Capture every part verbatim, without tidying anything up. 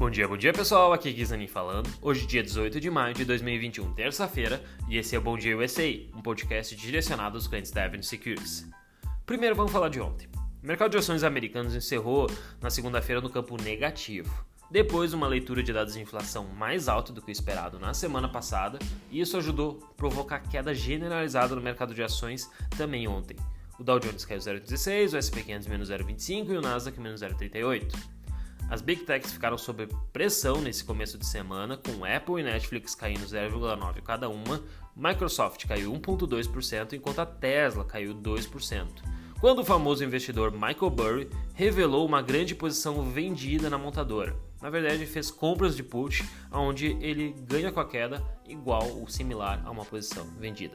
Bom dia, bom dia pessoal, aqui é Guizani falando. Hoje dia dezoito de maio de dois mil e vinte e um, terça-feira, e esse é o Bom Dia U S A, um podcast direcionado aos clientes da Avenue Securities. Primeiro vamos falar de ontem. O mercado de ações americanos encerrou na segunda-feira no campo negativo, depois de uma leitura de dados de inflação mais alta do que o esperado na semana passada, e isso ajudou a provocar queda generalizada no mercado de ações também ontem. O Dow Jones caiu zero vírgula dezesseis, o S and P quinhentos menos zero vírgula vinte e cinco e o Nasdaq menos zero vírgula trinta e oito. As Big Techs ficaram sob pressão nesse começo de semana, com Apple e Netflix caindo zero vírgula nove por cento cada uma, Microsoft caiu um vírgula dois por cento, enquanto a Tesla caiu dois por cento. Quando o famoso investidor Michael Burry revelou uma grande posição vendida na montadora. Na verdade, fez compras de put, onde ele ganha com a queda igual ou similar a uma posição vendida.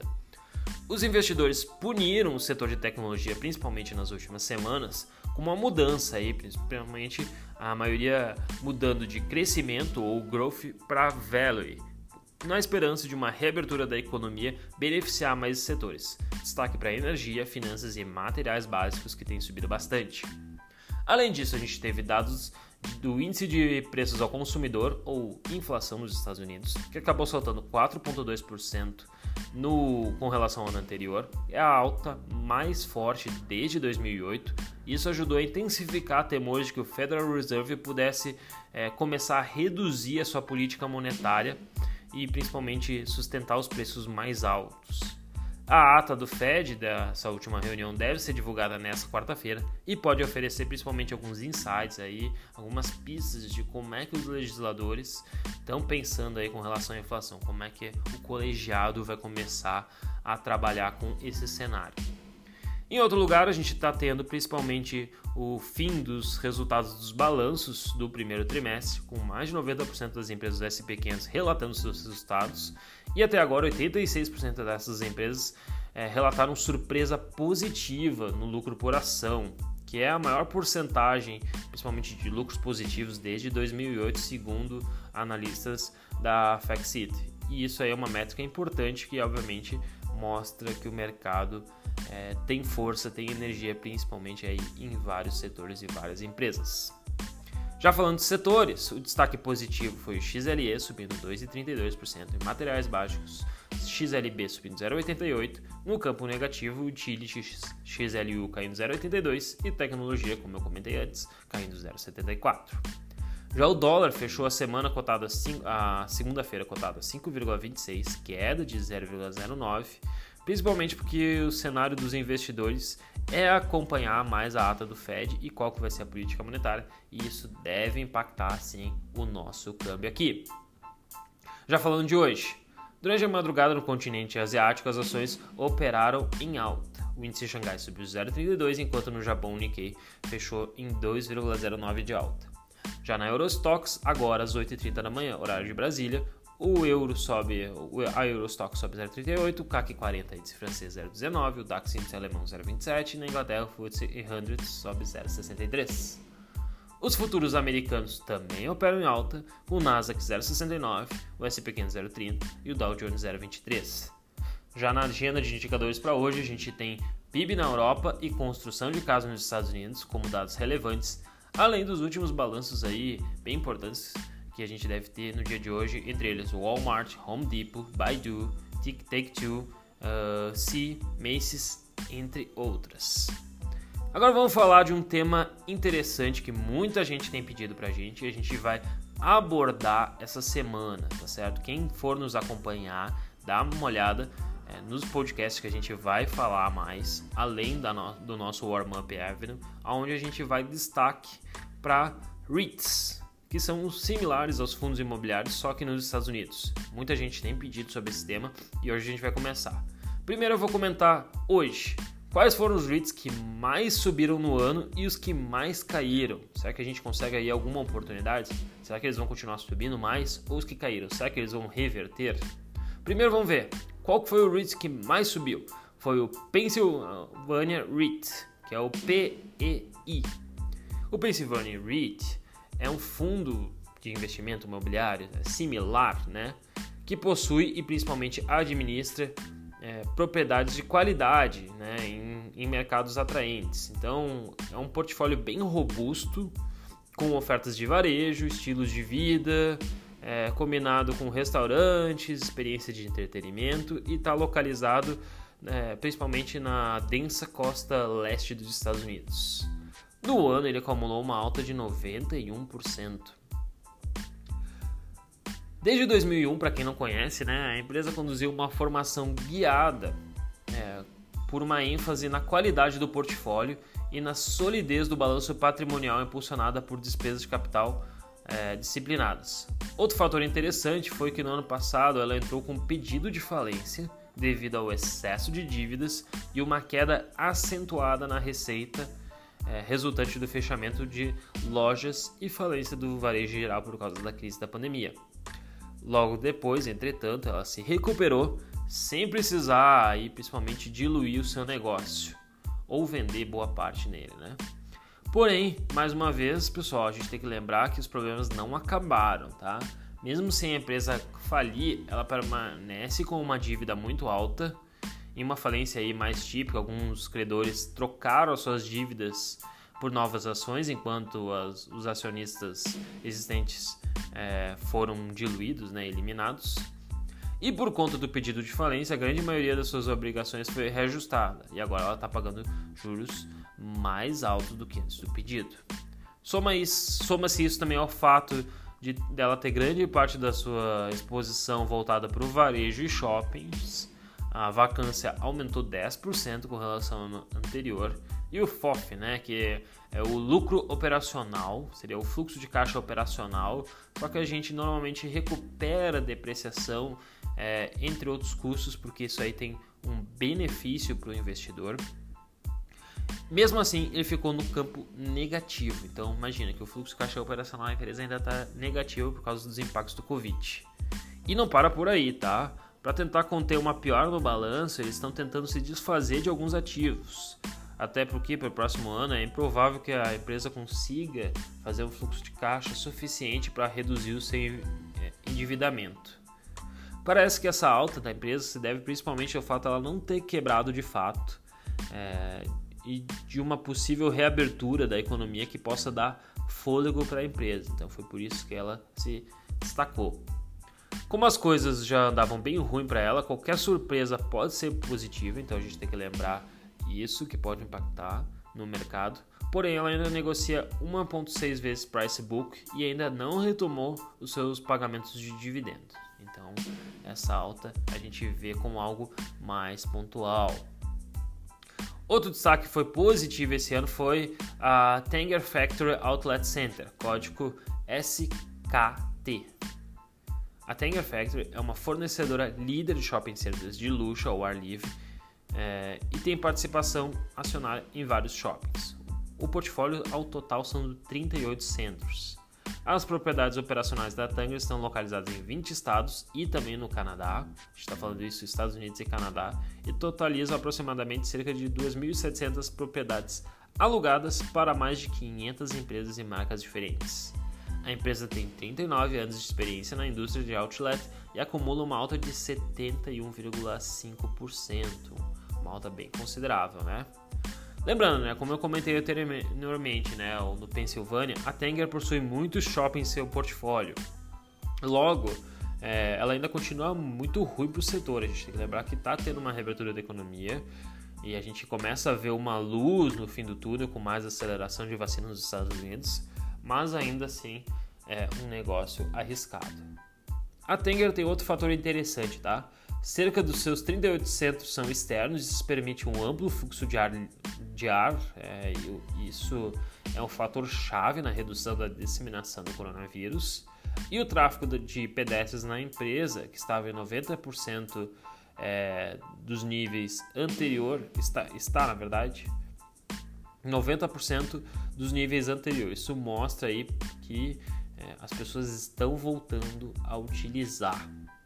Os investidores puniram o setor de tecnologia, principalmente nas últimas semanas, com uma mudança aí, principalmente a maioria mudando de crescimento ou growth para value, na esperança de uma reabertura da economia beneficiar mais os setores. Destaque para energia, finanças e materiais básicos, que tem subido bastante. Além disso, a gente teve dados do índice de preços ao consumidor, ou inflação nos Estados Unidos, que acabou saltando quatro vírgula dois por cento no, com relação ao ano anterior. É a alta mais forte desde dois mil e oito. Isso ajudou a intensificar temores de que o Federal Reserve pudesse é, começar a reduzir a sua política monetária e principalmente sustentar os preços mais altos. A ata do Fed dessa última reunião deve ser divulgada nesta quarta-feira e pode oferecer principalmente alguns insights aí, algumas pistas de como é que os legisladores estão pensando aí com relação à inflação, como é que o colegiado vai começar a trabalhar com esse cenário. Em outro lugar, a gente está tendo principalmente o fim dos resultados dos balanços do primeiro trimestre, com mais de noventa por cento das empresas do S and P quinhentos relatando seus resultados, e até agora oitenta e seis por cento dessas empresas é, relataram surpresa positiva no lucro por ação, que é a maior porcentagem, principalmente de lucros positivos, desde dois mil e oito, segundo analistas da FactSet. E isso aí é uma métrica importante que, obviamente, mostra que o mercado é, tem força, tem energia, principalmente aí em vários setores e várias empresas. Já falando de setores, o destaque positivo foi o X L E subindo dois vírgula trinta e dois por cento em materiais básicos, X L B subindo zero vírgula oitenta e oito por cento, no campo negativo, utilities X L U caindo zero vírgula oitenta e dois por cento e tecnologia, como eu comentei antes, caindo zero vírgula setenta e quatro por cento. Já o dólar fechou a semana cotada a segunda-feira cotada a cinco vírgula vinte e seis, queda de zero vírgula zero nove, principalmente porque o cenário dos investidores é acompanhar mais a ata do Fed e qual que vai ser a política monetária, e isso deve impactar sim o nosso câmbio aqui. Já falando de hoje, durante a madrugada no continente asiático as ações operaram em alta. O índice Xangai subiu zero vírgula trinta e dois, enquanto no Japão o Nikkei fechou em dois vírgula zero nove de alta. Já na Eurostoxx, agora às oito e trinta da manhã, horário de Brasília, o euro sobe, a Eurostoxx sobe zero vírgula trinta e oito, o C A C quarenta índice francês zero vírgula dezenove, o DAX índice alemão zero vírgula vinte e sete e na Inglaterra o F T S E cem sobe zero vírgula sessenta e três. Os futuros americanos também operam em alta, com o Nasdaq zero vírgula sessenta e nove, o S and P quinhentos zero vírgula trinta e o Dow Jones zero vírgula vinte e três. Já na agenda de indicadores para hoje, a gente tem P I B na Europa e construção de casas nos Estados Unidos como dados relevantes, além dos últimos balanços aí bem importantes que a gente deve ter no dia de hoje, entre eles o Walmart, Home Depot, Baidu, Take-Two, uh, Sea, Macy's, entre outras. Agora vamos falar de um tema interessante que muita gente tem pedido pra gente e a gente vai abordar essa semana, tá certo? Quem for nos acompanhar, dá uma olhada é, nos podcasts que a gente vai falar mais, além da no, do nosso Warm Up Avenue, onde a gente vai destaque para REITs, que são similares aos fundos imobiliários, só que nos Estados Unidos. Muita gente tem pedido sobre esse tema e hoje a gente vai começar. Primeiro eu vou comentar hoje quais foram os REITs que mais subiram no ano e os que mais caíram. Será que a gente consegue aí alguma oportunidade? Será que eles vão continuar subindo mais ou os que caíram? Será que eles vão reverter? Primeiro vamos ver qual foi o REIT que mais subiu. Foi o Pennsylvania REIT, que é o P E I. O Pennsylvania REIT é um fundo de investimento imobiliário similar, né, que possui e principalmente administra é, propriedades de qualidade, né, em, em mercados atraentes. Então, é um portfólio bem robusto com ofertas de varejo, estilos de vida, é, combinado com restaurantes, experiência de entretenimento e está localizado é, principalmente na densa costa leste dos Estados Unidos. No ano, ele acumulou uma alta de noventa e um por cento. Desde dois mil e um, para quem não conhece, né, a empresa conduziu uma formação guiada é, por uma ênfase na qualidade do portfólio e na solidez do balanço patrimonial impulsionada por despesas de capital é, disciplinadas. Outro fator interessante foi que no ano passado ela entrou com pedido de falência devido ao excesso de dívidas e uma queda acentuada na receita é, resultante do fechamento de lojas e falência do varejo geral por causa da crise da pandemia. Logo depois, entretanto, ela se recuperou sem precisar aí, principalmente diluir o seu negócio ou vender boa parte nele, né? Porém, mais uma vez, pessoal, a gente tem que lembrar que os problemas não acabaram, tá? Mesmo sem a empresa falir, ela permanece com uma dívida muito alta. Em uma falência aí mais típica, alguns credores trocaram as suas dívidas por novas ações, enquanto as, os acionistas existentes é, foram diluídos, né, eliminados. E por conta do pedido de falência, a grande maioria das suas obrigações foi reajustada e agora ela está pagando juros mais altos do que antes do pedido. Soma isso, soma-se isso também ao fato de dela ter grande parte da sua exposição voltada para o varejo e shoppings. A vacância aumentou dez por cento com relação ao ano anterior. E o F O F, né, que é o lucro operacional, seria o fluxo de caixa operacional, só que a gente normalmente recupera a depreciação, é, entre outros custos, porque isso aí tem um benefício para o investidor. Mesmo assim, ele ficou no campo negativo. Então, imagina que o fluxo de caixa operacional da empresa ainda está negativo por causa dos impactos do Covid. E não para por aí, tá? Para tentar conter uma piora no balanço, eles estão tentando se desfazer de alguns ativos. Até porque para o próximo ano é improvável que a empresa consiga fazer um fluxo de caixa suficiente para reduzir o seu endividamento. Parece que essa alta da empresa se deve principalmente ao fato de ela não ter quebrado de fato é, e de uma possível reabertura da economia que possa dar fôlego para a empresa. Então foi por isso que ela se destacou. Como as coisas já andavam bem ruim para ela, qualquer surpresa pode ser positiva, então a gente tem que lembrar isso que pode impactar no mercado. Porém, ela ainda negocia um vírgula seis vezes price book e ainda não retomou os seus pagamentos de dividendos. Então, essa alta a gente vê como algo mais pontual. Outro destaque que foi positivo esse ano foi a Tanger Factory Outlet Center, código S K T. A Tanger Factory é uma fornecedora líder de shopping centers de luxo ao ar livre é, e tem participação acionária em vários shoppings. O portfólio ao total são trinta e oito centros. As propriedades operacionais da Tanger estão localizadas em vinte estados e também no Canadá. A gente está falando isso Estados Unidos e Canadá, e totalizam aproximadamente cerca de duas mil e setecentas propriedades alugadas para mais de quinhentas empresas e marcas diferentes. A empresa tem trinta e nove anos de experiência na indústria de outlet e acumula uma alta de setenta e um vírgula cinco por cento, uma alta bem considerável, né? Lembrando, né, como eu comentei anteriormente, né, no Pensilvânia, a Tanger possui muitos shoppings em seu portfólio. Logo, é, ela ainda continua muito ruim para o setor. A gente tem que lembrar que está tendo uma reabertura da economia e a gente começa a ver uma luz no fim do túnel com mais aceleração de vacina nos Estados Unidos, mas ainda assim é um negócio arriscado. A Tanger tem outro fator interessante, tá? Cerca dos seus trinta e oito centros são externos, isso permite um amplo fluxo de ar, de ar é, e isso é um fator chave na redução da disseminação do coronavírus. E o tráfego de pedestres na empresa, que estava em noventa por cento é, dos níveis anterior, está, está na verdade, noventa por cento dos níveis anteriores. Isso mostra aí que é, as pessoas estão voltando a utilizar.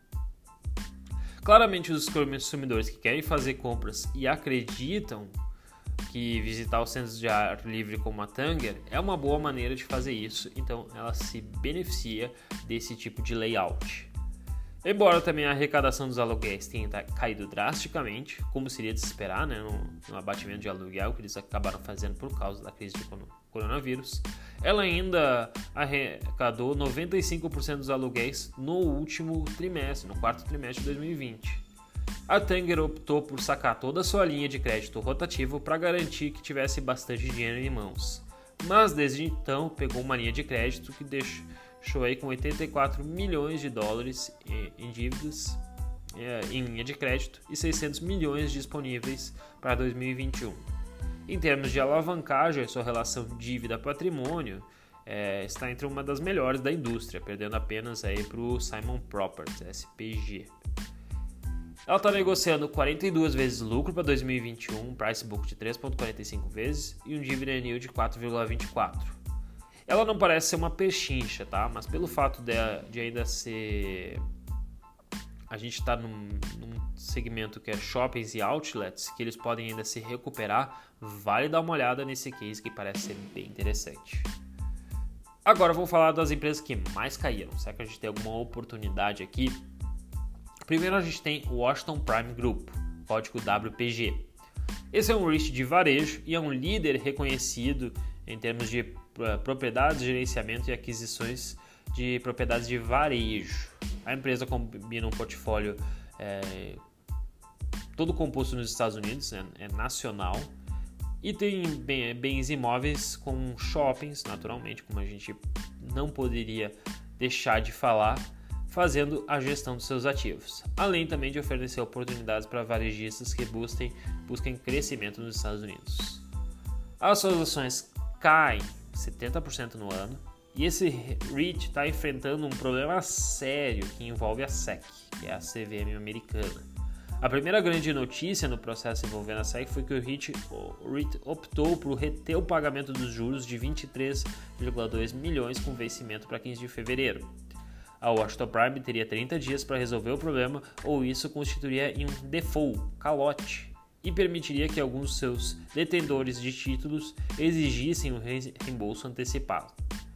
Claramente, os consumidores que querem fazer compras e acreditam que visitar os centros de ar livre como a Tanger é uma boa maneira de fazer isso, então ela se beneficia desse tipo de layout. Embora também a arrecadação dos aluguéis tenha caído drasticamente, como seria de se esperar, né, no, no abatimento de aluguel que eles acabaram fazendo por causa da crise do coronavírus, ela ainda arrecadou noventa e cinco por cento dos aluguéis no último trimestre, no quarto trimestre de dois mil e vinte. A Tanger optou por sacar toda a sua linha de crédito rotativo para garantir que tivesse bastante dinheiro em mãos, mas desde então pegou uma linha de crédito que deixou Show aí com oitenta e quatro milhões de dólares em dívidas em linha de crédito e seiscentos milhões disponíveis para dois mil e vinte e um. Em termos de alavancagem, a sua relação dívida-patrimônio é, está entre uma das melhores da indústria, perdendo apenas para o Simon Property, S P G. Ela está negociando quarenta e duas vezes lucro para dois mil e vinte e um, um price book de três vírgula quarenta e cinco vezes e um dividend yield de quatro vírgula vinte e quatro. Ela não parece ser uma pechincha, tá? Mas pelo fato de, de ainda ser... A gente está num, num segmento que é shoppings e outlets, que eles podem ainda se recuperar, vale dar uma olhada nesse case que parece ser bem interessante. Agora vou falar das empresas que mais caíram. Será que a gente tem alguma oportunidade aqui? Primeiro a gente tem o Washington Prime Group, código W P G. Esse é um REIT de varejo e é um líder reconhecido em termos de propriedades, gerenciamento e aquisições de propriedades de varejo. A empresa combina um portfólio é, todo composto nos Estados Unidos, é, é nacional, e tem bens imóveis com shoppings, naturalmente, como a gente não poderia deixar de falar, fazendo a gestão dos seus ativos, além também de oferecer oportunidades para varejistas que busquem, busquem crescimento nos Estados Unidos. As suas ações caem setenta por cento no ano e esse REIT está enfrentando um problema sério que envolve a S E C, que é a C V M americana. A primeira grande notícia no processo envolvendo a S E C foi que o REIT, o REIT optou por reter o pagamento dos juros de vinte e três vírgula dois milhões com vencimento para quinze de fevereiro. A Washington Prime teria trinta dias para resolver o problema ou isso constituiria em um default, calote, e permitiria que alguns de seus detentores de títulos exigissem um reembolso antecipado.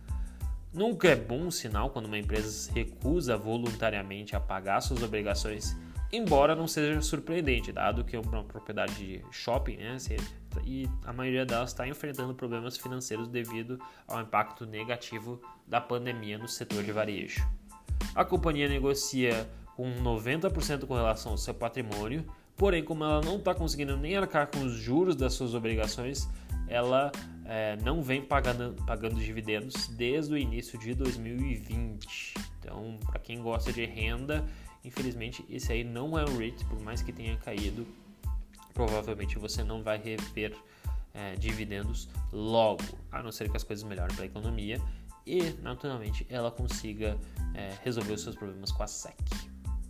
Nunca é bom sinal quando uma empresa se recusa voluntariamente a pagar suas obrigações, embora não seja surpreendente, dado que é uma propriedade de shopping, né, e a maioria delas está enfrentando problemas financeiros devido ao impacto negativo da pandemia no setor de varejo. A companhia negocia com noventa por cento com relação ao seu patrimônio, porém, como ela não está conseguindo nem arcar com os juros das suas obrigações, ela é, não vem pagando, pagando dividendos desde o início de dois mil e vinte. Então, para quem gosta de renda, infelizmente, esse aí não é um REIT, por mais que tenha caído, provavelmente você não vai rever é, dividendos logo, a não ser que as coisas melhorem para a economia e, naturalmente, ela consiga é, resolver os seus problemas com a S E C.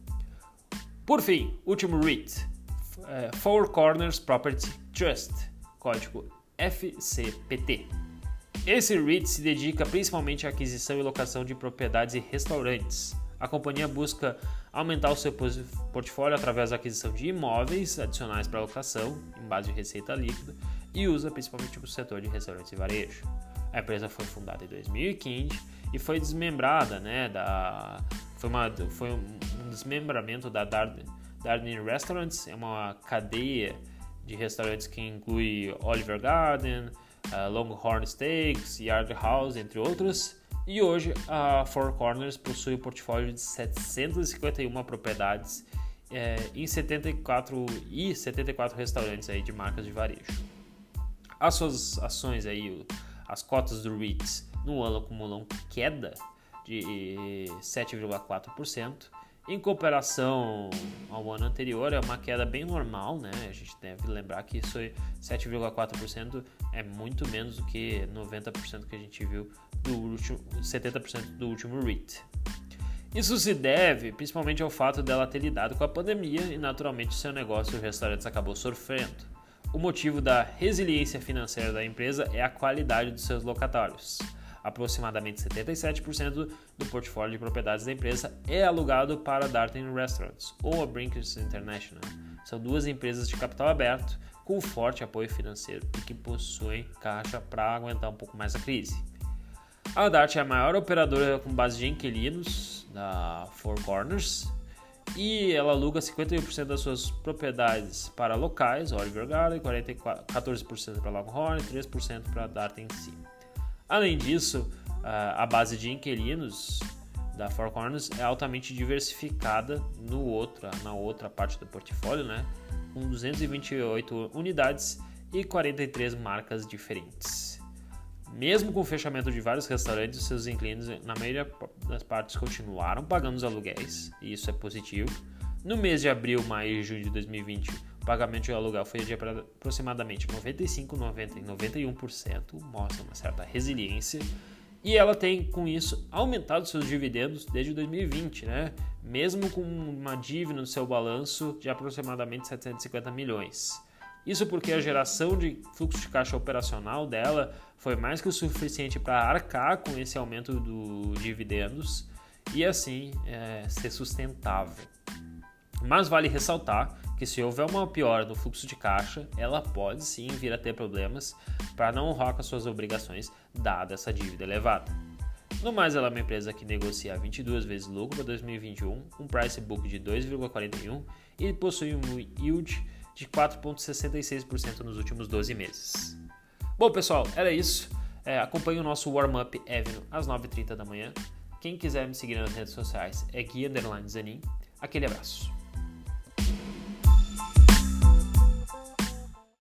Por fim, último REIT, é, Four Corners Property Trust, código F C P T. Esse REIT se dedica principalmente à aquisição e locação de propriedades e restaurantes. A companhia busca aumentar o seu portfólio através da aquisição de imóveis adicionais para locação, em base de receita líquida, e usa principalmente o setor de restaurantes e varejo. A empresa foi fundada em dois mil e quinze e foi desmembrada, né, da, foi, uma, foi um desmembramento da Darden, Darden Restaurants, é uma cadeia de restaurantes que inclui Oliver Garden, uh, Longhorn Steaks, Yard House, entre outros. E hoje a Four Corners possui um portfólio de setecentas e cinquenta e uma propriedades é, em setenta e quatro, e setenta e quatro restaurantes aí de marcas de varejo. As suas ações, aí, as cotas do REIT no ano acumulam queda de sete vírgula quatro por cento. Em comparação ao ano anterior, é uma queda bem normal, né? A gente deve lembrar que isso sete vírgula quatro por cento é muito menos do que noventa por cento que a gente viu do último, setenta por cento do último REIT. Isso se deve principalmente ao fato dela ter lidado com a pandemia e naturalmente seu negócio de restaurantes acabou sofrendo. O motivo da resiliência financeira da empresa é a qualidade dos seus locatários. Aproximadamente setenta e sete por cento do portfólio de propriedades da empresa é alugado para a Darden Restaurants ou a Brinkers International. São duas empresas de capital aberto com forte apoio financeiro e que possuem caixa para aguentar um pouco mais a crise. A Dart é a maior operadora com base de inquilinos da Four Corners e ela aluga cinquenta e um por cento das suas propriedades para locais, Oliver Garden, quatorze por cento para Longhorn e três por cento para Dart em si. Além disso, a base de inquilinos da Four Corners é altamente diversificada no outro, na outra parte do portfólio, né? Com duzentas e vinte e oito unidades e quarenta e três marcas diferentes. Mesmo com o fechamento de vários restaurantes, seus inquilinos, na maioria das partes, continuaram pagando os aluguéis, e isso é positivo. No mês de abril, maio e junho de dois mil e vinte, o pagamento de aluguel foi de aproximadamente noventa e cinco por cento, noventa por cento e noventa e um por cento, mostra uma certa resiliência. E ela tem, com isso, aumentado seus dividendos desde dois mil e vinte, né? Mesmo com uma dívida no seu balanço de aproximadamente setecentos e cinquenta milhões. Isso porque a geração de fluxo de caixa operacional dela foi mais que o suficiente para arcar com esse aumento dos dividendos e, assim, é, ser sustentável. Mas vale ressaltar que se houver uma piora no fluxo de caixa, ela pode sim vir a ter problemas para não honrar com as suas obrigações, dada essa dívida elevada. No mais, ela é uma empresa que negocia vinte e duas vezes lucro para dois mil e vinte e um, um price book de dois vírgula quarenta e um e possui um yield de quatro vírgula sessenta e seis por cento nos últimos doze meses. Bom, pessoal, era isso. É, acompanhe o nosso Warm-Up Avenue às nove e trinta da manhã. Quem quiser me seguir nas redes sociais é Gui Underline Zanin. Aquele abraço.